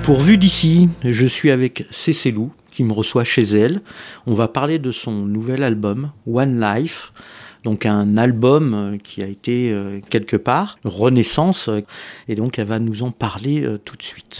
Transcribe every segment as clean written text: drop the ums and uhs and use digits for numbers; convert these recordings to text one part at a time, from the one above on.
Pour Vue d'ici, je suis avec Cécélou qui me reçoit chez elle. On va parler de son nouvel album, One Life. Donc un album qui a été quelque part, renaissance. Et donc elle va nous en parler tout de suite.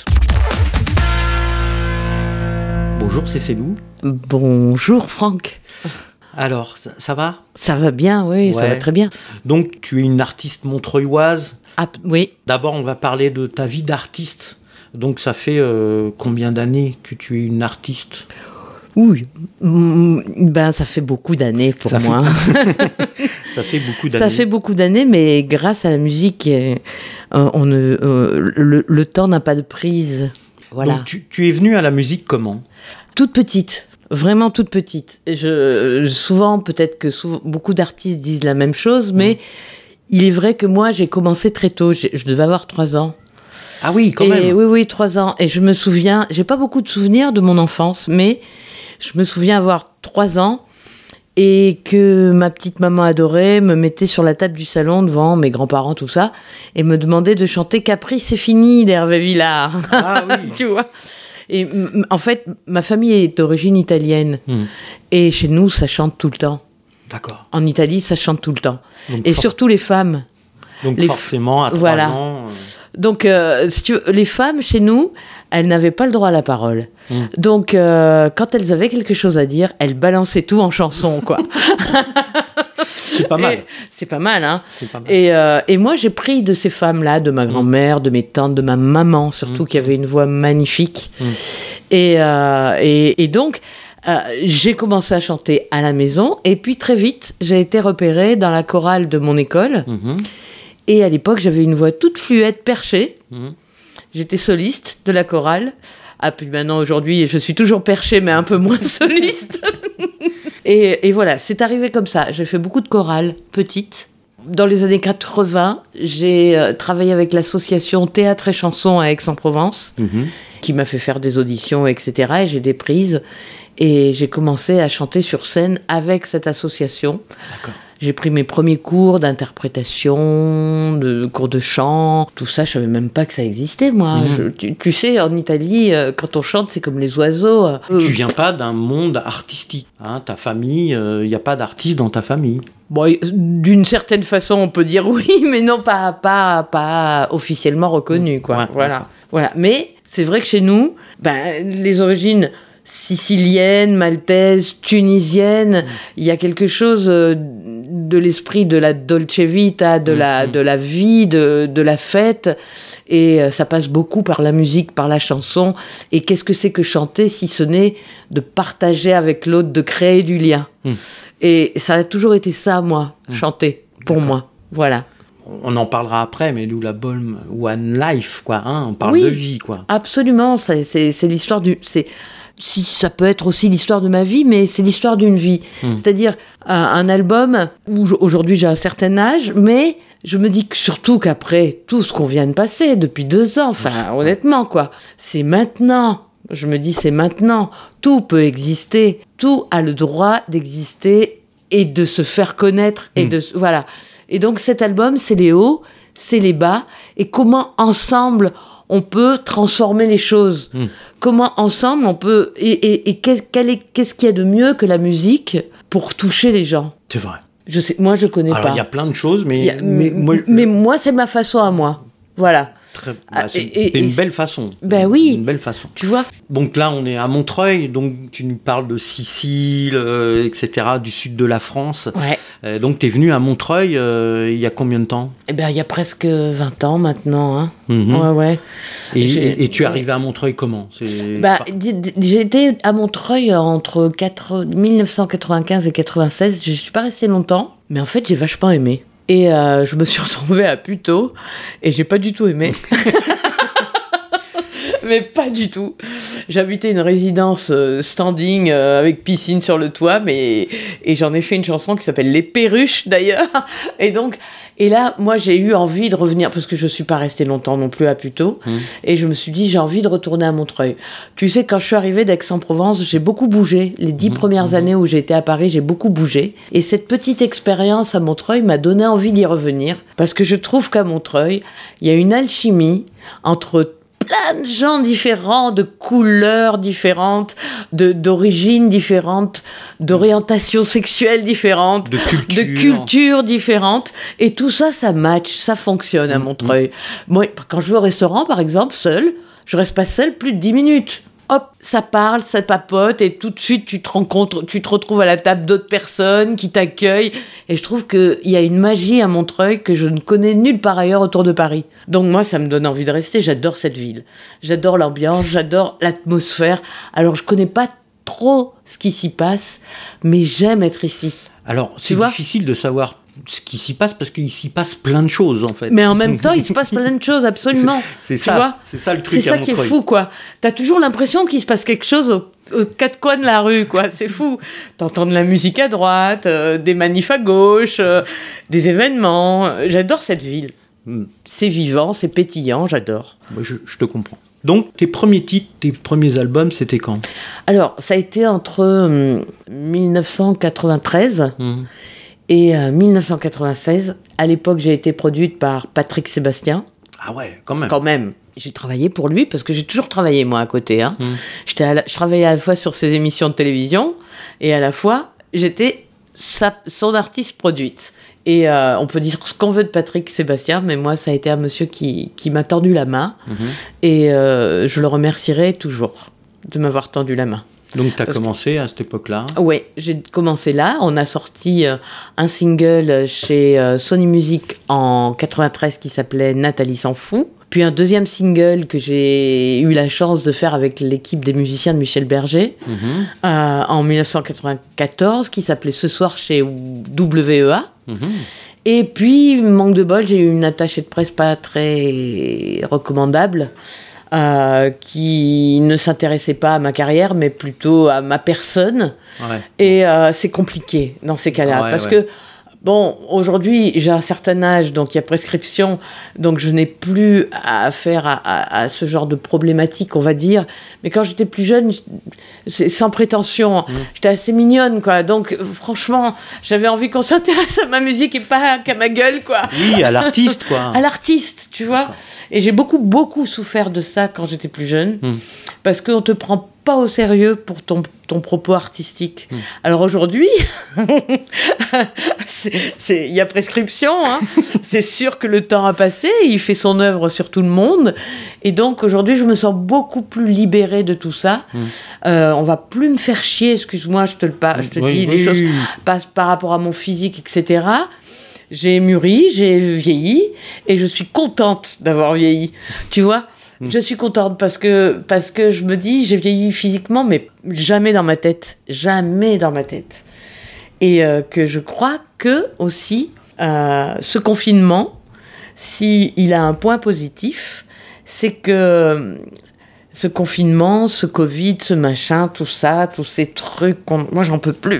Bonjour Cécélou. Bonjour Franck. Alors, ça va ? Ça va bien, oui, ça va très bien. Donc tu es une artiste montreuilloise. Ah, oui. D'abord, on va parler de ta vie d'artiste. Donc ça fait combien d'années que tu es une artiste ? Oui, ça fait beaucoup d'années pour moi. Ça fait beaucoup d'années. Ça fait beaucoup d'années, mais grâce à la musique, le temps n'a pas de prise. Voilà. Donc tu es venue à la musique comment ? Toute petite. Vraiment toute petite. Beaucoup d'artistes disent la même chose, mais il est vrai que moi, j'ai commencé très tôt. Je devais avoir 3 ans. Ah oui, quand même. Oui, 3 ans. Et je me souviens, j'ai pas beaucoup de souvenirs de mon enfance, mais je me souviens avoir 3 ans et que ma petite maman adorée me mettait sur la table du salon devant mes grands-parents, tout ça, et me demandait de chanter Capri, c'est fini d'Hervé Villard. Ah oui. Tu vois ? Et en fait, ma famille est d'origine italienne. Et chez nous, ça chante tout le temps. D'accord. En Italie, ça chante tout le temps. Donc, surtout les femmes. Donc forcément, à 3 ans... Donc, si tu veux, les femmes, chez nous, elles n'avaient pas le droit à la parole. Donc, quand elles avaient quelque chose à dire, elles balançaient tout en chanson, quoi. C'est pas mal. C'est pas mal, hein. C'est pas mal. Et moi, j'ai pris de ces femmes-là, de ma grand-mère, de mes tantes, de ma maman, surtout, qui avait une voix magnifique. Et donc... j'ai commencé à chanter à la maison, et puis très vite, j'ai été repérée dans la chorale de mon école. Et à l'époque, j'avais une voix toute fluette, perchée. J'étais soliste de la chorale. Ah, puis maintenant, aujourd'hui, je suis toujours perchée, mais un peu moins soliste. Et voilà, c'est arrivé comme ça. J'ai fait beaucoup de chorales, petites. Dans les années 80, j'ai travaillé avec l'association Théâtre et Chansons à Aix-en-Provence, qui m'a fait faire des auditions, etc. Et j'ai des prises. Et j'ai commencé à chanter sur scène avec cette association. D'accord. J'ai pris mes premiers cours d'interprétation, de cours de chant, tout ça, je savais même pas que ça existait, moi. Tu sais, en Italie, quand on chante, c'est comme les oiseaux. Tu viens pas d'un monde artistique, hein, ta famille, il n'y a pas d'artistes dans ta famille. Bon, d'une certaine façon, on peut dire oui, mais non, pas officiellement reconnu, quoi. Ouais, Voilà. Mais c'est vrai que chez nous, les origines sicilienne, maltaise, tunisienne, il y a quelque chose de l'esprit de la dolce vita, de la vie, de la fête, et ça passe beaucoup par la musique, par la chanson. Et qu'est-ce que c'est que chanter si ce n'est de partager avec l'autre, de créer du lien. Et ça a toujours été ça, moi, chanter, pour moi. Voilà. On en parlera après, mais nous, l'album One Life, quoi, hein, on parle de vie, quoi. Absolument, c'est l'histoire du... Si ça peut être aussi l'histoire de ma vie, mais c'est l'histoire d'une vie. C'est-à-dire un album où aujourd'hui j'ai un certain âge, mais je me dis surtout qu'après tout ce qu'on vient de passer depuis 2 ans, honnêtement, quoi, c'est maintenant. Je me dis, c'est maintenant. Tout peut exister. Tout a le droit d'exister et de se faire connaître. Voilà. Et donc cet album, c'est les hauts, c'est les bas, et comment ensemble on peut transformer les choses. Comment ensemble on peut... Et qu'est-ce qu'il y a de mieux que la musique pour toucher les gens ? C'est vrai. Je sais, moi, je connais pas. Alors, il y a plein de choses, mais moi, c'est ma façon à moi. Voilà. C'est une belle façon. Oui. Une belle façon. Tu vois ? Donc là, on est à Montreuil, donc tu nous parles de Sicile, etc., du sud de la France. Ouais. Donc tu es venu à Montreuil il y a combien de temps ? Il y a presque 20 ans maintenant. Hein. Ouais. Et tu es arrivé à Montreuil comment ? J'ai été à Montreuil entre 1995 et 96. Je ne suis pas restée longtemps, mais en fait, j'ai vachement aimé. Et je me suis retrouvée à Puteaux et j'ai pas du tout aimé. Mais pas du tout. J'habitais une résidence standing avec piscine sur le toit, et j'en ai fait une chanson qui s'appelle Les Perruches d'ailleurs. Et là, moi, j'ai eu envie de revenir, parce que je suis pas restée longtemps non plus à Puteaux, et je me suis dit, j'ai envie de retourner à Montreuil. Tu sais, quand je suis arrivée d'Aix-en-Provence, j'ai beaucoup bougé. Les 10 premières années où j'ai été à Paris, j'ai beaucoup bougé. Et cette petite expérience à Montreuil m'a donné envie d'y revenir, parce que je trouve qu'à Montreuil, il y a une alchimie entre plein de gens différents, de couleurs différentes, d'origines différentes, d'orientations sexuelles différentes, de cultures différentes. Et tout ça, ça match, ça fonctionne à Montreuil. Moi, quand je vais au restaurant, par exemple, seule, je reste pas seule plus de 10 minutes. Hop, ça parle, ça papote, et tout de suite, tu te retrouves à la table d'autres personnes qui t'accueillent. Et je trouve qu'il y a une magie à Montreuil que je ne connais nulle part ailleurs autour de Paris. Donc moi, ça me donne envie de rester. J'adore cette ville. J'adore l'ambiance, j'adore l'atmosphère. Alors, je connais pas trop ce qui s'y passe, mais j'aime être ici. Alors, c'est difficile de savoir ce qui s'y passe parce qu'il s'y passe plein de choses en fait. Mais en même temps, il se passe plein de choses, absolument. C'est ça le truc. C'est ça qui est fou, quoi. T'as toujours l'impression qu'il se passe quelque chose aux quatre coins de la rue, quoi. C'est fou. T'entends de la musique à droite, des manifs à gauche, des événements. J'adore cette ville. C'est vivant, c'est pétillant, j'adore. Moi, je te comprends. Donc, tes premiers titres, tes premiers albums, c'était quand ? Alors, ça a été entre 1993 et 1996. À l'époque, j'ai été produite par Patrick Sébastien. Ah ouais, quand même. Quand même. J'ai travaillé pour lui, parce que j'ai toujours travaillé, moi, à côté. Hein. Je travaillais à la fois sur ses émissions de télévision, et à la fois, j'étais son artiste produite. Et on peut dire ce qu'on veut de Patrick Sébastien, mais moi, ça a été un monsieur qui m'a tendu la main, et je le remercierai toujours de m'avoir tendu la main. Donc, tu as commencé à cette époque-là ? Oui, j'ai commencé là. On a sorti un single chez Sony Music en 93 qui s'appelait « Nathalie s'en fout ». Puis un deuxième single que j'ai eu la chance de faire avec l'équipe des musiciens de Michel Berger en 1994 qui s'appelait « Ce soir chez WEA ». Et puis, manque de bol, j'ai eu une attachée de presse pas très recommandable qui ne s'intéressait pas à ma carrière, mais plutôt à ma personne. Ouais. Et c'est compliqué dans ces cas-là, parce que bon, aujourd'hui, j'ai un certain âge, donc il y a prescription, donc je n'ai plus affaire à ce genre de problématique, on va dire. Mais quand j'étais plus jeune, sans prétention, j'étais assez mignonne, quoi. Donc, franchement, j'avais envie qu'on s'intéresse à ma musique et pas qu'à ma gueule, quoi. Oui, à l'artiste, quoi. À l'artiste, tu vois. Et j'ai beaucoup souffert de ça quand j'étais plus jeune, parce qu'on te prend pas au sérieux pour ton propos artistique. Alors aujourd'hui, il y a prescription, hein. C'est sûr que le temps a passé, il fait son œuvre sur tout le monde, et donc aujourd'hui je me sens beaucoup plus libérée de tout ça. On va plus me faire chier, excuse-moi, je te dis des choses par rapport à mon physique, etc. J'ai mûri, j'ai vieilli, et je suis contente d'avoir vieilli, tu vois. Je suis contente parce que je me dis, j'ai vieilli physiquement, mais jamais dans ma tête. Jamais dans ma tête. Et que je crois que, aussi, ce confinement, s'il a un point positif, c'est que ce confinement, ce Covid, ce machin, tout ça, tous ces trucs, moi, j'en peux plus.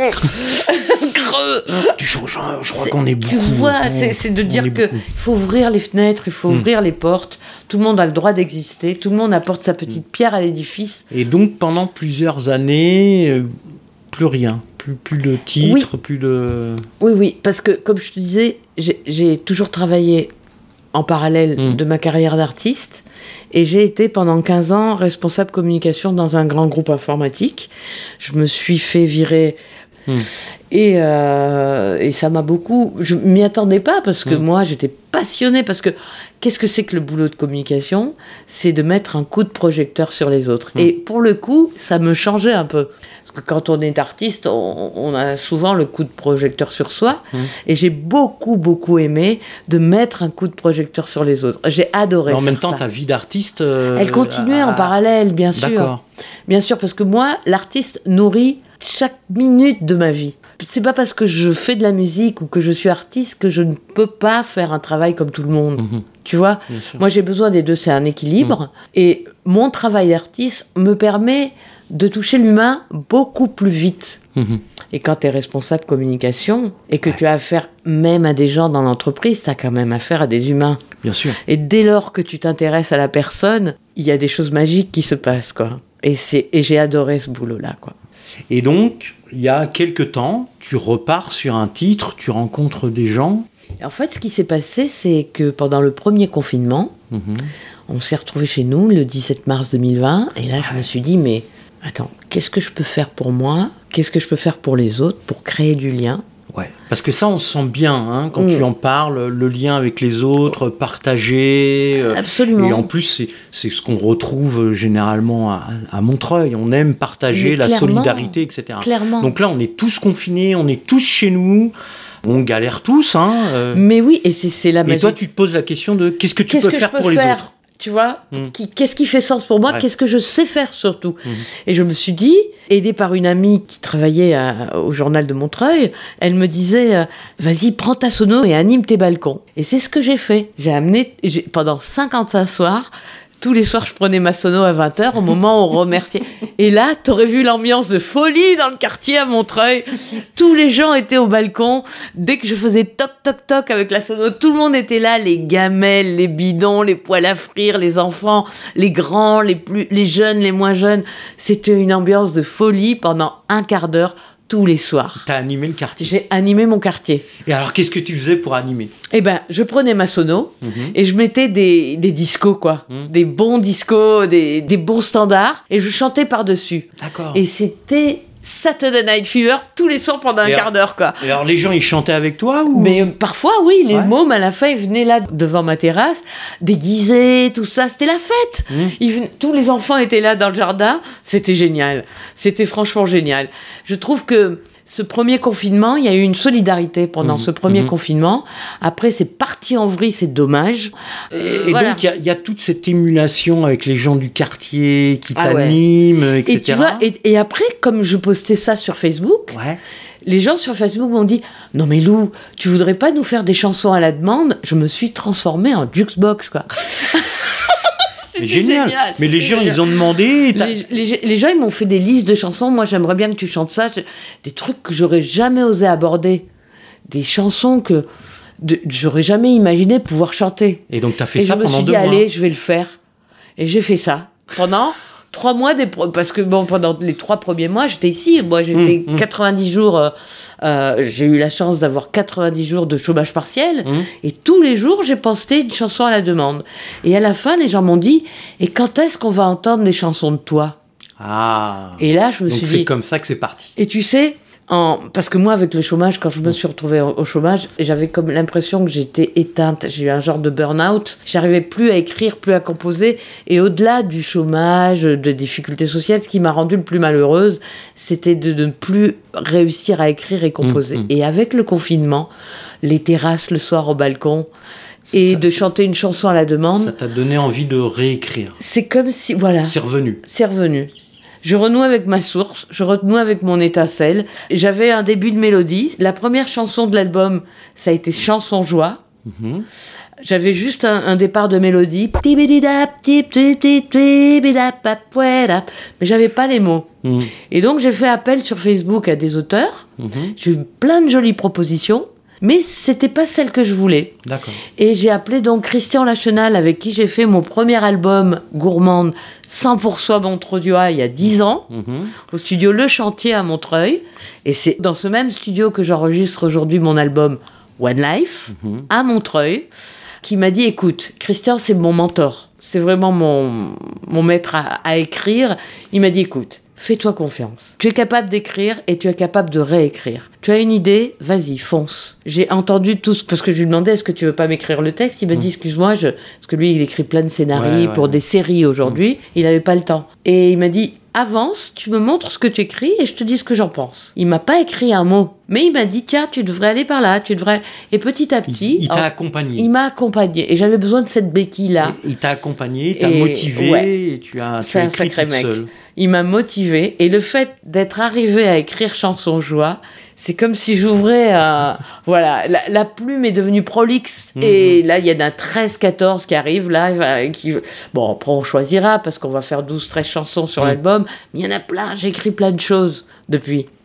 Je crois qu'on est beaucoup. Tu vois, c'est de dire qu'il faut ouvrir les fenêtres, il faut ouvrir les portes. Tout le monde a le droit d'exister. Tout le monde apporte sa petite pierre à l'édifice. Et donc, pendant plusieurs années, plus rien. Plus de titres, plus de... Oui, parce que, comme je te disais, j'ai toujours travaillé en parallèle de ma carrière d'artiste. Et j'ai été pendant 15 ans responsable communication dans un grand groupe informatique. Je me suis fait virer... Et ça m'a beaucoup... Je m'y attendais pas parce que moi, j'étais passionnée. Parce que qu'est-ce que c'est que le boulot de communication ? C'est de mettre un coup de projecteur sur les autres. Et pour le coup, ça me changeait un peu. Parce que quand on est artiste, on a souvent le coup de projecteur sur soi. Et j'ai beaucoup aimé de mettre un coup de projecteur sur les autres. J'ai adoré faire ça. En même temps, ta vie d'artiste... Elle continuait en parallèle, bien sûr. D'accord. Bien sûr, parce que moi, l'artiste nourrit chaque minute de ma vie. C'est pas parce que je fais de la musique ou que je suis artiste que je ne peux pas faire un travail comme tout le monde. Tu vois ? Moi, j'ai besoin des deux, c'est un équilibre. Et mon travail d'artiste me permet de toucher l'humain beaucoup plus vite. Et quand tu es responsable communication et que tu as affaire même à des gens dans l'entreprise, tu as quand même affaire à des humains. Bien sûr. Et dès lors que tu t'intéresses à la personne, il y a des choses magiques qui se passent, quoi. Et j'ai adoré ce boulot-là, quoi. Et donc, il y a quelques temps, tu repars sur un titre, tu rencontres des gens. En fait, ce qui s'est passé, c'est que pendant le premier confinement, On s'est retrouvés chez nous le 17 mars 2020. Et là, je me suis dit, mais attends, qu'est-ce que je peux faire pour moi ? Qu'est-ce que je peux faire pour les autres pour créer du lien ? Ouais, parce que ça, on se sent bien quand tu en parles, le lien avec les autres, partager. Absolument. Et en plus, c'est ce qu'on retrouve généralement à Montreuil. On aime partager la solidarité, etc. Clairement. Donc là, on est tous confinés, on est tous chez nous. On galère tous. Mais oui, et c'est la magie. Et toi, tu te poses la question de qu'est-ce que tu peux faire pour les autres ? Tu vois, qu'est-ce qui fait sens pour moi ? Qu'est-ce que je sais faire surtout ? Et je me suis dit, aidée par une amie qui travaillait au journal de Montreuil, elle me disait vas-y, prends ta sono et anime tes balcons. Et c'est ce que j'ai fait. Pendant 55 soirs, tous les soirs, je prenais ma sono à 20h au moment où on remerciait. Et là, t'aurais vu l'ambiance de folie dans le quartier à Montreuil. Tous les gens étaient au balcon. Dès que je faisais toc, toc, toc avec la sono, tout le monde était là. Les gamelles, les bidons, les poêles à frire, les enfants, les grands, les jeunes, les moins jeunes. C'était une ambiance de folie pendant un quart d'heure. Tous les soirs. T'as animé le quartier. J'ai animé mon quartier. Et alors, qu'est-ce que tu faisais pour animer ? Eh ben, je prenais ma sono et je mettais des discos, quoi. Des bons discos, des bons standards. Et je chantais par-dessus. D'accord. Et c'était Saturday Night Fever tous les soirs pendant un quart d'heure, quoi. Et alors, les gens, ils chantaient avec toi ou... Mais parfois, oui, les mômes, à la fin, ils venaient là, devant ma terrasse, déguisés, tout ça. C'était la fête. Tous les enfants étaient là dans le jardin. C'était génial. C'était franchement génial. Je trouve que ce premier confinement, il y a eu une solidarité pendant ce premier confinement. Après, c'est parti en vrille, c'est dommage. Et voilà. Donc, il y a toute cette émulation avec les gens du quartier qui t'animent, etc. Et tu vois, et après, comme je postais ça sur Facebook, les gens sur Facebook m'ont dit « Non mais Lou, tu voudrais pas nous faire des chansons à la demande ?» Je me suis transformée en jukebox, quoi. C'est génial. Mais les gens, ils ont demandé... Les gens, ils m'ont fait des listes de chansons. Moi, j'aimerais bien que tu chantes ça. Des trucs que j'aurais jamais osé aborder. Des chansons que j'aurais jamais imaginé pouvoir chanter. Et donc, tu as fait ça pendant 2 mois. Et je me suis dit, allez, je vais le faire. Et j'ai fait ça. Pendant 3 mois, parce que pendant les 3 premiers mois, j'étais ici. Moi, j'étais 90 jours... j'ai eu la chance d'avoir 90 jours de chômage partiel et tous les jours j'ai posté une chanson à la demande et à la fin les gens m'ont dit et quand est-ce qu'on va entendre des chansons de toi ? Et là je me suis dit c'est comme ça que c'est parti. Et tu sais parce que moi avec le chômage, quand je me suis retrouvée au chômage, j'avais comme l'impression que j'étais éteinte, j'ai eu un genre de burn-out, j'arrivais plus à écrire, plus à composer, et au-delà du chômage, de difficultés sociales, ce qui m'a rendue le plus malheureuse, c'était de ne plus réussir à écrire et composer. Et avec le confinement, les terrasses le soir au balcon, et de chanter une chanson à la demande... Ça t'a donné envie de réécrire. C'est comme si... Voilà. C'est revenu. C'est revenu. Je renoue avec ma source, je renoue avec mon étincelle. J'avais un début de mélodie. La première chanson de l'album, ça a été Chanson Joie. J'avais juste un départ de mélodie. Mais j'avais pas les mots. Et donc j'ai fait appel sur Facebook à des auteurs. J'ai eu plein de jolies propositions. Mais c'était pas celle que je voulais. D'accord. Et j'ai appelé donc Christian Lachenal, avec qui j'ai fait mon premier album Gourmande 100% Montreuillois il y a 10 ans, au studio Le Chantier à Montreuil. Et c'est dans ce même studio que j'enregistre aujourd'hui mon album One Life, à Montreuil, qui m'a dit, écoute, Christian, c'est mon mentor. C'est vraiment mon maître à écrire. Il m'a dit, écoute, fais-toi confiance. Tu es capable d'écrire et tu es capable de réécrire. Tu as une idée, vas-y, fonce. J'ai entendu tout, parce que je lui demandais, est-ce que tu veux pas m'écrire le texte ? Il m'a dit, excuse-moi, parce que lui, il écrit plein de scénarios pour des séries aujourd'hui. Il n'avait pas le temps. Et il m'a dit, avance, tu me montres ce que tu écris et je te dis ce que j'en pense. Il m'a pas écrit un mot, mais il m'a dit, tiens, tu devrais aller par là, tu devrais... Et petit à petit... Il t'a accompagné. Il m'a accompagné. Et j'avais besoin de cette béquille-là. Il t'a accompagné, il t'a motivé, et tu as écrit toute seule. Il m'a motivé. Et le fait d'être arrivé à écrire Chanson Joie, c'est comme si j'ouvrais voilà, la plume est devenue prolixe. Et là, il y en a 13-14 qui arrivent là. Bon, après, on choisira parce qu'on va faire 12-13 chansons sur l'album. Mais il y en a plein. J'ai écrit plein de choses depuis.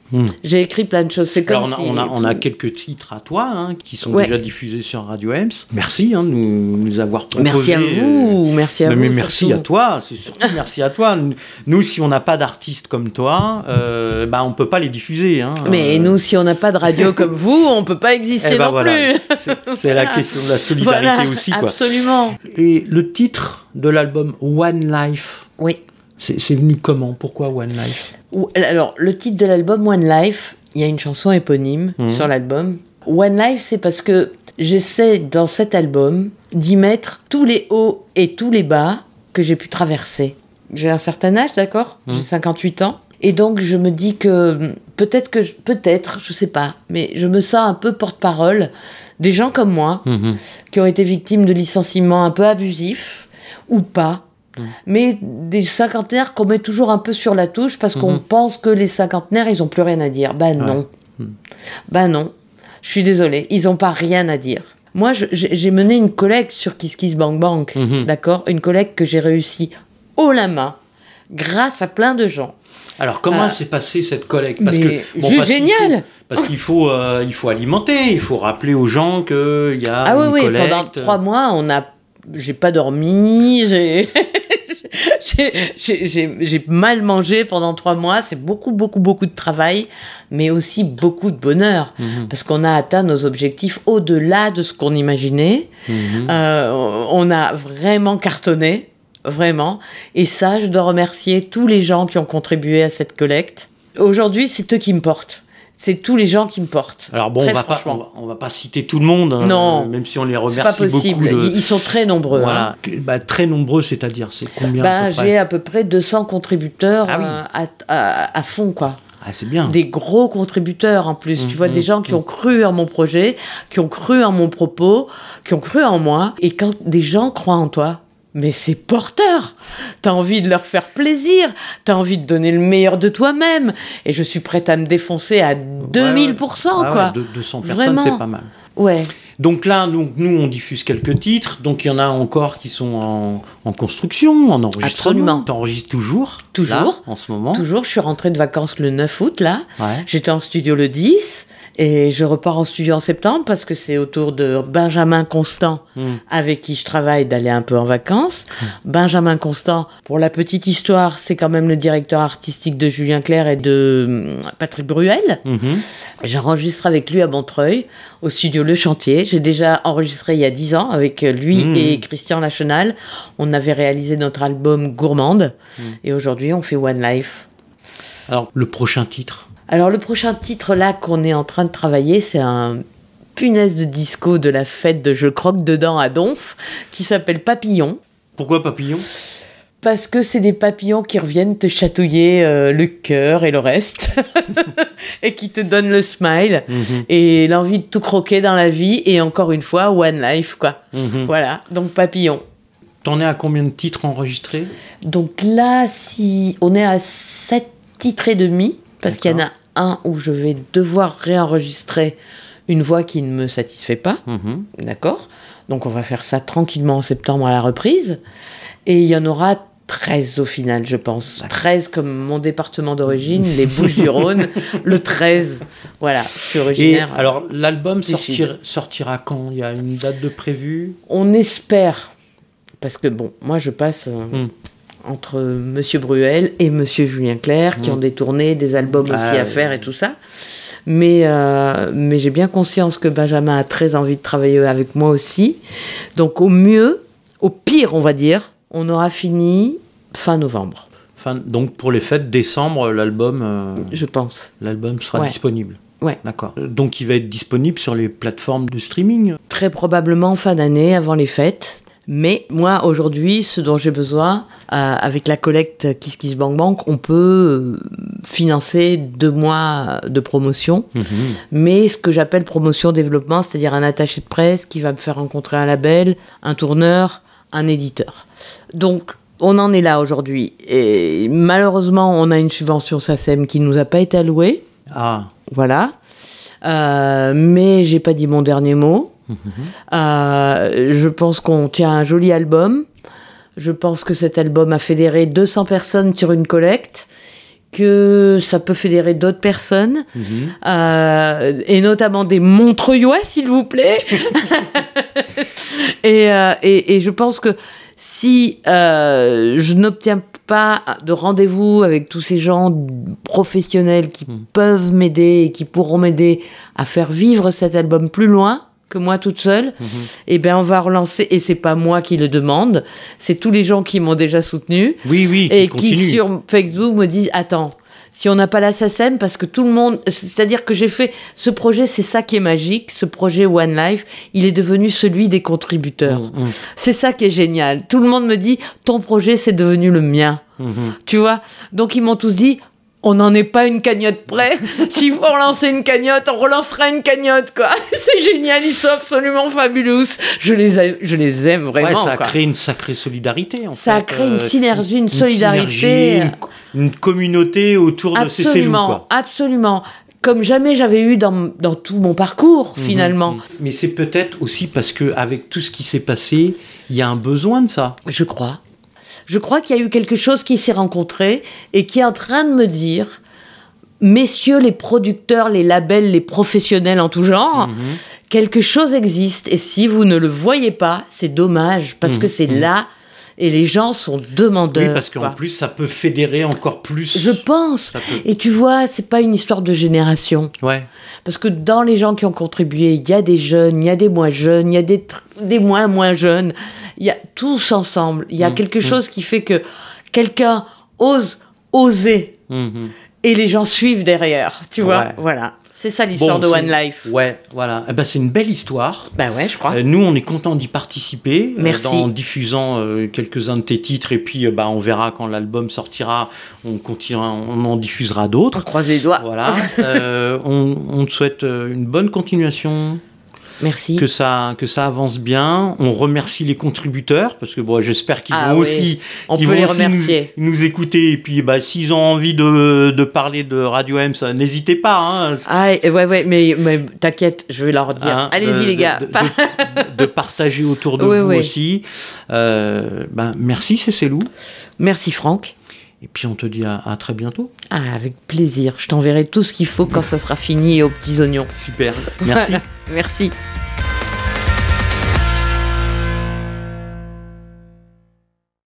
J'ai écrit plein de choses. C'est comme alors, si... on a quelques titres à toi qui sont déjà diffusés sur Radio Ems. Merci de nous avoir proposé. Merci à vous. Merci à vous. Mais merci à toi. C'est surtout merci à toi. Nous, si on n'a pas d'artistes comme toi, on peut pas les diffuser. Mais nous, si on n'a pas de radio comme vous, on peut pas exister non plus. C'est la question de la solidarité aussi. Absolument. Et le titre de l'album One Life. Oui. C'est venu comment ? Pourquoi One Life ? Alors, le titre de l'album One Life, il y a une chanson éponyme sur l'album. One Life, c'est parce que j'essaie, dans cet album, d'y mettre tous les hauts et tous les bas que j'ai pu traverser. J'ai un certain âge, d'accord ? J'ai 58 ans. Et donc, je me dis que peut-être, je sais pas, mais je me sens un peu porte-parole des gens comme moi, qui ont été victimes de licenciements un peu abusifs, ou pas. Mais des cinquantenaires qu'on met toujours un peu sur la touche parce qu'on pense que les cinquantenaires, ils n'ont plus rien à dire. Non. Non. Je suis désolée, ils n'ont pas rien à dire. Moi, j'ai mené une collecte sur Kiss Kiss Bang Bang, d'accord ? Une collecte que j'ai réussi haut la main, grâce à plein de gens. Alors, comment s'est passée cette collecte ? Génial. Parce qu'il faut alimenter, il faut rappeler aux gens qu'il y a une collecte. Pendant 3 mois, j'ai pas dormi, j'ai mal mangé pendant 3 mois. C'est beaucoup de travail, mais aussi beaucoup de bonheur, parce qu'on a atteint nos objectifs au-delà de ce qu'on imaginait. On a vraiment cartonné, vraiment. Et ça, je dois remercier tous les gens qui ont contribué à cette collecte. Aujourd'hui, c'est eux qui me portent. C'est tous les gens qui me portent. Alors bon, on va pas citer tout le monde, non, même si on les remercie beaucoup. C'est pas possible. Ils sont très nombreux. Voilà. Très nombreux, c'est-à-dire, c'est combien à peu près ? J'ai à peu près 200 contributeurs à fond, quoi. Ah, c'est bien. Des gros contributeurs en plus. Tu vois, des gens qui ont cru en mon projet, qui ont cru en mon propos, qui ont cru en moi. Et quand des gens croient en toi, mais c'est porteur. T'as envie de leur faire plaisir. T'as envie de donner le meilleur de toi-même. Et je suis prête à me défoncer à 2000%, quoi. 200 personnes, vraiment. C'est pas mal. Ouais. Donc là, nous, on diffuse quelques titres. Donc, il y en a encore qui sont en construction, en enregistrement. Absolument. T'enregistres toujours. Toujours. Là, en ce moment. Toujours. Je suis rentrée de vacances le 9 août, là. Ouais. J'étais en studio le 10. Et je repars en studio en septembre parce que c'est autour de Benjamin Constant, avec qui je travaille, d'aller un peu en vacances. Benjamin Constant, pour la petite histoire, c'est quand même le directeur artistique de Julien Clerc et de Patrick Bruel. J'enregistre avec lui à Montreuil, au studio Le Chantier. J'ai déjà enregistré il y a 10 ans avec lui et Christian Lachenal. On avait réalisé notre album Gourmande. Et aujourd'hui, on fait One Life. Alors, le prochain titre ? Alors, le prochain titre, là, qu'on est en train de travailler, c'est un punaise de disco de la fête de Je croque dedans à Donf, qui s'appelle Papillon. Pourquoi Papillon ? Parce que c'est des papillons qui reviennent te chatouiller le cœur et le reste, et qui te donnent le smile, et l'envie de tout croquer dans la vie, et encore une fois, One Life, quoi. Voilà, donc Papillon. T'en es à combien de titres enregistrés ? Donc là, si on est à 7 titres et demi, parce qu'il y en a un où je vais devoir réenregistrer une voix qui ne me satisfait pas. D'accord ? Donc on va faire ça tranquillement en septembre à la reprise. Et il y en aura 13 au final, je pense. D'accord. 13 comme mon département d'origine, les Bouches-du-Rhône, le 13. Voilà, je suis originaire. Et alors, l'album sortira quand ? Il y a une date de prévue ? On espère, parce que bon, moi je passe... entre Monsieur Bruel et Monsieur Julien Clerc, qui ont des tournées, des albums aussi à faire et tout ça. Mais j'ai bien conscience que Benjamin a très envie de travailler avec moi aussi. Donc au pire, on va dire, on aura fini fin novembre. Donc pour les fêtes, décembre, l'album... je pense. L'album sera disponible. Ouais. D'accord. Donc il va être disponible sur les plateformes de streaming ? Très probablement fin d'année, avant les fêtes. Mais moi, aujourd'hui, ce dont j'ai besoin, avec la collecte Kiss Kiss Bang Bang, on peut financer 2 mois de promotion. Mais ce que j'appelle promotion-développement, c'est-à-dire un attaché de presse qui va me faire rencontrer un label, un tourneur, un éditeur. Donc, on en est là aujourd'hui. Et malheureusement, on a une subvention SACEM qui ne nous a pas été allouée. Voilà. Mais j'ai pas dit mon dernier mot. Je pense qu'on tient un joli album. Je pense que cet album a fédéré 200 personnes sur une collecte que ça peut fédérer d'autres personnes, et notamment des Montreuillois, s'il vous plaît. et je pense que si je n'obtiens pas de rendez-vous avec tous ces gens professionnels qui peuvent m'aider et qui pourront m'aider à faire vivre cet album plus loin que moi toute seule, et ben on va relancer, et c'est pas moi qui le demande, c'est tous les gens qui m'ont déjà soutenu, et qui sur Facebook me disent attends, si on n'a pas la SACEM, parce que tout le monde, c'est-à-dire que j'ai fait ce projet, c'est ça qui est magique, ce projet One Life, il est devenu celui des contributeurs. C'est ça qui est génial. Tout le monde me dit ton projet c'est devenu le mien. Tu vois, donc ils m'ont tous dit on n'en est pas une cagnotte près. S'il faut relancer une cagnotte, on relancera une cagnotte, quoi. C'est génial, ils sont absolument fabuleux. Je les aime vraiment. Ouais, ça a créé une sacrée solidarité, en fait. Ça a créé une synergie, une solidarité. Une communauté autour de ces cellules, quoi. Absolument. Comme jamais j'avais eu dans tout mon parcours, finalement. Mais c'est peut-être aussi parce qu'avec tout ce qui s'est passé, il y a un besoin de ça. Je crois. Je crois qu'il y a eu quelque chose qui s'est rencontré et qui est en train de me dire, messieurs les producteurs, les labels, les professionnels en tout genre, quelque chose existe. Et si vous ne le voyez pas, c'est dommage, parce que c'est là et les gens sont demandeurs. Oui, parce qu'en plus, ça peut fédérer encore plus. Je pense. Et tu vois, c'est pas une histoire de génération. Ouais. Parce que dans les gens qui ont contribué, il y a des jeunes, il y a des moins jeunes, il y a des moins jeunes. Il y a tous ensemble. Il y a quelque chose qui fait que quelqu'un ose oser et les gens suivent derrière. Tu vois, voilà. C'est ça l'histoire de One Life. Ouais, voilà. Eh ben, c'est une belle histoire. Ben ouais, je crois. Nous, on est contents d'y participer. Merci. En diffusant quelques-uns de tes titres. Et puis, on verra quand l'album sortira. On en diffusera d'autres. On croise les doigts. Voilà. On te souhaite une bonne continuation. Merci. Que ça avance bien. On remercie les contributeurs parce que j'espère qu'ils vont aussi, nous écouter. Et puis, s'ils ont envie de parler de Radio M, ça, n'hésitez pas. Mais t'inquiète, je vais leur dire. Allez-y les gars. De partager autour de vous aussi. Merci Cécilou. Merci Franck. Et puis on te dit à très bientôt. Avec plaisir. Je t'enverrai tout ce qu'il faut quand ça sera fini aux petits oignons. Super. Merci. Merci.